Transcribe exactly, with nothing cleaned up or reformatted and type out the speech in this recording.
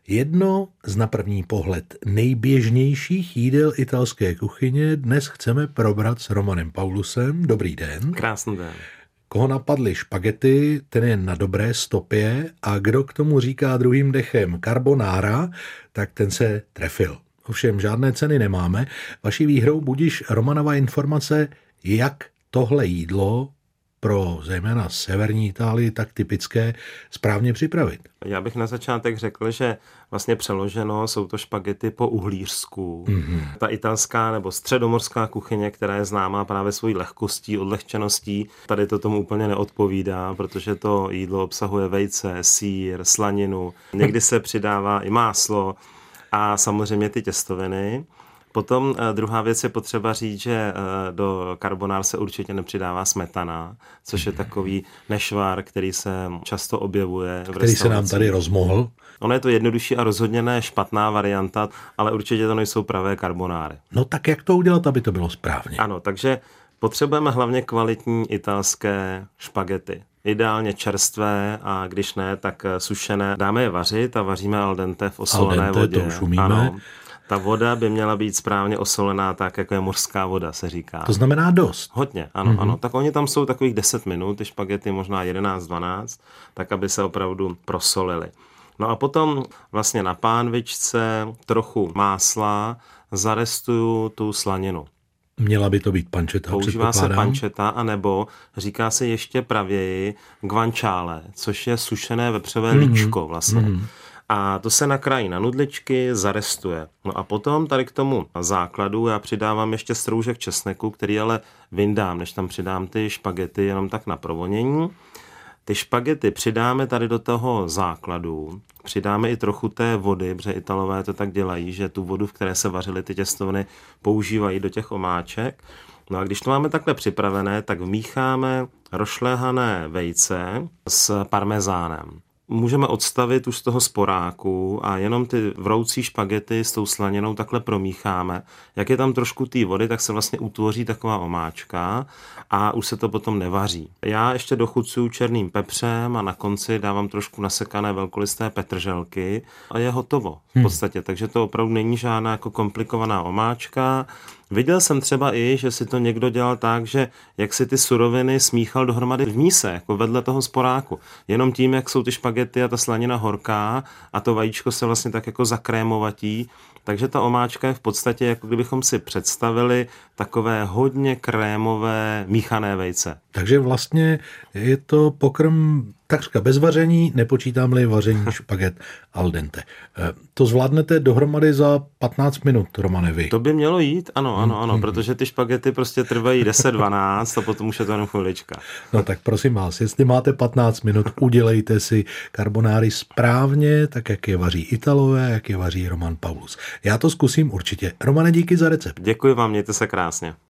Jedno z na první pohled nejběžnějších jídel italské kuchyně dnes chceme probrat s Romanem Paulusem. Dobrý den. Krásný den. Koho napadly špagety, ten je na dobré stopě, a kdo k tomu říká druhým dechem carbonara, tak ten se trefil. Ovšem žádné ceny nemáme. Vaší výhrou budiš Romanova informace, jak tohle jídlo pro zejména severní Itálii tak typické správně připravit. Já bych na začátek řekl, že vlastně přeloženo jsou to špagety po uhlířsku. Mm-hmm. Ta italská nebo středomorská kuchyně, která je známá právě svojí lehkostí, odlehčeností, tady to tomu úplně neodpovídá, protože to jídlo obsahuje vejce, sýr, slaninu, někdy se přidává i máslo a samozřejmě ty těstoviny. Potom druhá věc je potřeba říct, že do carbonár se určitě nepřidává smetana, což je takový nešvar, který se často objevuje. Který se nám tady rozmohl. Ono je to jednodušší a rozhodně ne špatná varianta, ale určitě to nejsou pravé carbonáry. No tak jak to udělat, aby to bylo správně? Ano, takže potřebujeme hlavně kvalitní italské špagety. Ideálně čerstvé a když ne, tak sušené. Dáme je vařit a vaříme al dente v osolené al dente, vodě. To už umíme. Ano. Ta voda by měla být správně osolená, tak jako je mořská voda, se říká. To znamená dost. Hodně, ano, mm-hmm. ano. Tak oni tam jsou takových deset minut, ty špagety možná jedenáct dvanáct, tak aby se opravdu prosolily. No a potom vlastně na pánvičce trochu másla zarestuju tu slaninu. Měla by to být pančeta, používá se pančeta, anebo říká se ještě pravěji guanciale, což je sušené vepřové mm-hmm. líčko vlastně. Mm-hmm. A to se nakrájí na nudličky, zarestuje. No a potom tady k tomu základu já přidávám ještě stroužek česneku, který ale vyndám, než tam přidám ty špagety, jenom tak na provonění. Ty špagety přidáme tady do toho základu, přidáme i trochu té vody, protože Italové to tak dělají, že tu vodu, v které se vařily ty těstoviny, používají do těch omáček. No a když to máme takhle připravené, tak vmícháme rošléhané vejce s parmezánem. Můžeme odstavit už z toho sporáku a jenom ty vroucí špagety s tou slaninou takhle promícháme. Jak je tam trošku té vody, tak se vlastně utvoří taková omáčka a už se to potom nevaří. Já ještě dochucuju černým pepřem a na konci dávám trošku nasekané velkolisté petrželky a je hotovo v podstatě. Hmm. Takže to opravdu není žádná jako komplikovaná omáčka. Viděl jsem třeba i, že si to někdo dělal tak, že jak si ty suroviny smíchal dohromady v míse, jako vedle toho sporáku. Jenom tím, jak jsou ty špagety a ta slanina horká a to vajíčko se vlastně tak jako zakrémovatí. Takže ta omáčka je v podstatě, jako kdybychom si představili takové hodně krémové míchané vejce. Takže vlastně je to pokrm takřka bez vaření, nepočítám-li vaření špaget al dente. To zvládnete dohromady za patnáct minut, Romane, vy. To by mělo jít, ano, ano, ano, hmm. protože ty špagety prostě trvají deset dvanáct a potom už je to jenom chvilička. No tak prosím vás, jestli máte patnáct minut, udělejte si carbonáry správně, tak jak je vaří Italové, jak je vaří Roman Paulus. Já to zkusím určitě. Romane, díky za recept. Děkuji vám, mějte se krásně.